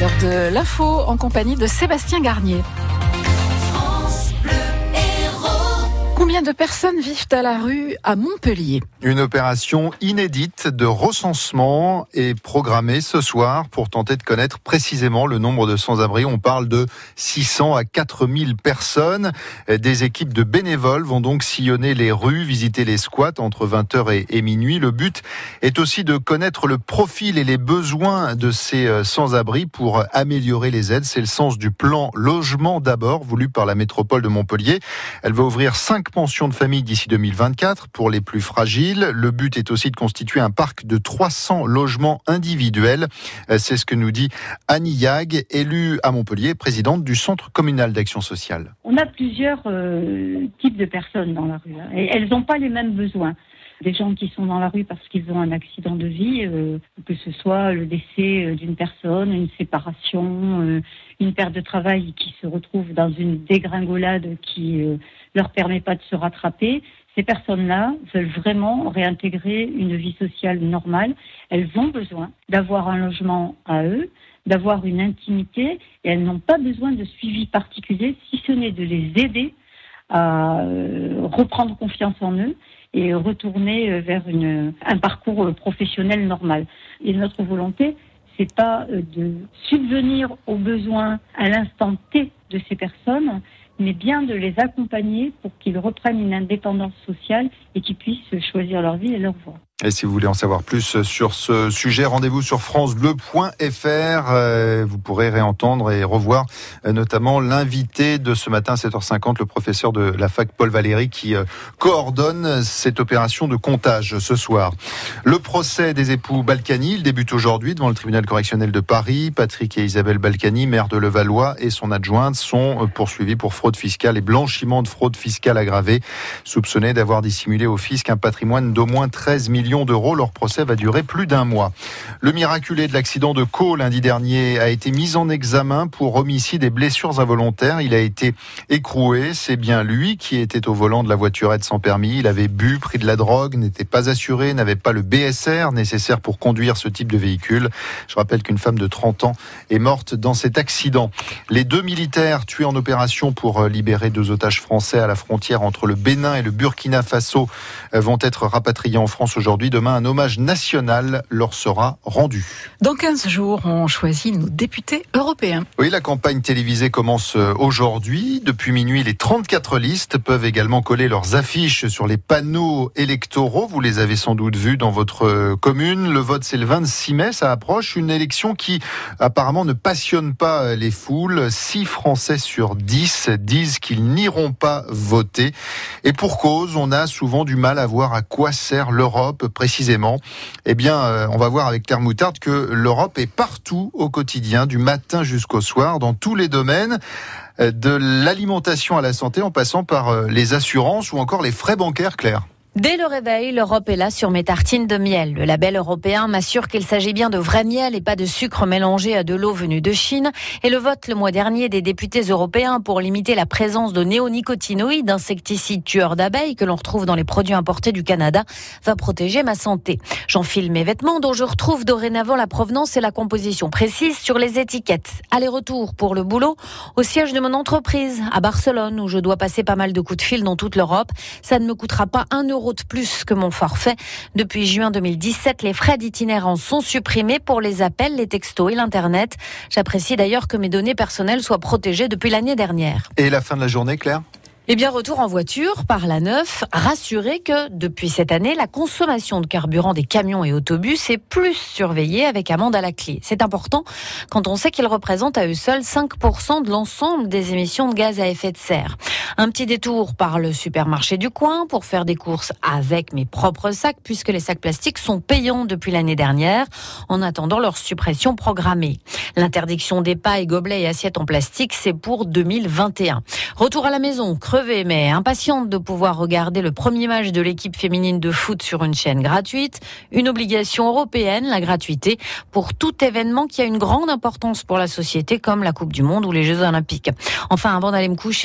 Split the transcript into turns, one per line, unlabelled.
l'heure de l'info en compagnie de Sébastien Garnier. Combien de personnes vivent à la rue à Montpellier ?
Une opération inédite de recensement est programmée ce soir pour tenter de connaître précisément le nombre de sans-abri. On parle de 600 à 4000 personnes. Des équipes de bénévoles vont donc sillonner les rues, visiter les squats entre 20h et minuit. Le but est aussi de connaître le profil et les besoins de ces sans-abri pour améliorer les aides. C'est le sens du plan Logement d'abord, voulu par la métropole de Montpellier. Elle va ouvrir 5 pensions de famille d'ici 2024 pour les plus fragiles. Le but est aussi de constituer un parc de 300 logements individuels. C'est ce que nous dit Annie Yag, élue à Montpellier, présidente du Centre communal d'action sociale.
On a plusieurs types de personnes dans la rue et elles n'ont pas les mêmes besoins. Des gens qui sont dans la rue parce qu'ils ont un accident de vie, que ce soit le décès d'une personne, une séparation, une perte de travail qui se retrouve dans une dégringolade qui leur permet pas de se rattraper. Ces personnes-là veulent vraiment réintégrer une vie sociale normale. Elles ont besoin d'avoir un logement à eux, d'avoir une intimité, et elles n'ont pas besoin de suivi particulier, si ce n'est de les aider à reprendre confiance en eux et retourner vers un parcours professionnel normal. Et notre volonté, c'est pas de subvenir aux besoins à l'instant T de ces personnes, mais bien de les accompagner pour qu'ils reprennent une indépendance sociale et qu'ils puissent choisir leur vie et leur voie.
Et si vous voulez en savoir plus sur ce sujet, rendez-vous sur francebleu.fr. Vous pourrez réentendre et revoir notamment l'invité de ce matin à 7h50, le professeur de la fac Paul Valéry qui coordonne cette opération de comptage ce soir. Le procès des époux Balkany, il débute aujourd'hui devant le tribunal correctionnel de Paris. Patrick et Isabelle Balkany, maire de Levallois, et son adjointe sont poursuivis pour fraude fiscale et blanchiment de fraude fiscale aggravée, soupçonnés d'avoir dissimulé au fisc un patrimoine d'au moins 13 millions d'euros. Leur procès va durer plus d'un mois. Le miraculé de l'accident de Caux lundi dernier a été mis en examen pour homicide et blessures involontaires. Il a été écroué. C'est bien lui qui était au volant de la voiturette sans permis. Il avait bu, pris de la drogue, n'était pas assuré, n'avait pas le BSR nécessaire pour conduire ce type de véhicule. Je rappelle qu'une femme de 30 ans est morte dans cet accident. Les 2 militaires tués en opération pour libérer 2 otages français à la frontière entre le Bénin et le Burkina Faso vont être rapatriés en France aujourd'hui. Demain, un hommage national leur sera rendu.
Dans 15 jours, on choisit nos députés européens.
Oui, la campagne télévisée commence aujourd'hui. Depuis minuit, les 34 listes peuvent également coller leurs affiches sur les panneaux électoraux. Vous les avez sans doute vus dans votre commune. Le vote, c'est le 26 mai, ça approche. Une élection qui, apparemment, ne passionne pas les foules. 6 Français sur 10 disent qu'ils n'iront pas voter. Et pour cause, on a souvent du mal à voir à quoi sert l'Europe précisément. Eh bien, on va voir avec Claire Moutarde que l'Europe est partout au quotidien, du matin jusqu'au soir, dans tous les domaines, de l'alimentation à la santé, en passant par les assurances ou encore les frais bancaires, Claire.
Dès le réveil, l'Europe est là sur mes tartines de miel. Le label européen m'assure qu'il s'agit bien de vrai miel et pas de sucre mélangé à de l'eau venue de Chine. Et le vote le mois dernier des députés européens pour limiter la présence de néonicotinoïdes, insecticides tueurs d'abeilles que l'on retrouve dans les produits importés du Canada, va protéger ma santé. J'enfile mes vêtements dont je retrouve dorénavant la provenance et la composition précise sur les étiquettes. Aller-retour pour le boulot au siège de mon entreprise à Barcelone où je dois passer pas mal de coups de fil dans toute l'Europe. Ça ne me coûtera pas 1 euro de plus que mon forfait. Depuis juin 2017, les frais d'itinérance sont supprimés pour les appels, les textos et l'Internet. J'apprécie d'ailleurs que mes données personnelles soient protégées depuis l'année dernière.
Et la fin de la journée, Claire ?
Eh bien, retour en voiture, par la Neuf, rassuré que, depuis cette année, la consommation de carburant des camions et autobus est plus surveillée avec amende à la clé. C'est important quand on sait qu'ils représentent à eux seuls 5% de l'ensemble des émissions de gaz à effet de serre. Un petit détour par le supermarché du coin pour faire des courses avec mes propres sacs, puisque les sacs plastiques sont payants depuis l'année dernière, en attendant leur suppression programmée. L'interdiction des pailles, gobelets et assiettes en plastique, c'est pour 2021. Retour à la maison, crevée mais impatiente de pouvoir regarder le premier match de l'équipe féminine de foot sur une chaîne gratuite. Une obligation européenne, la gratuité, pour tout événement qui a une grande importance pour la société, comme la Coupe du Monde ou les Jeux Olympiques. Enfin, avant d'aller me coucher,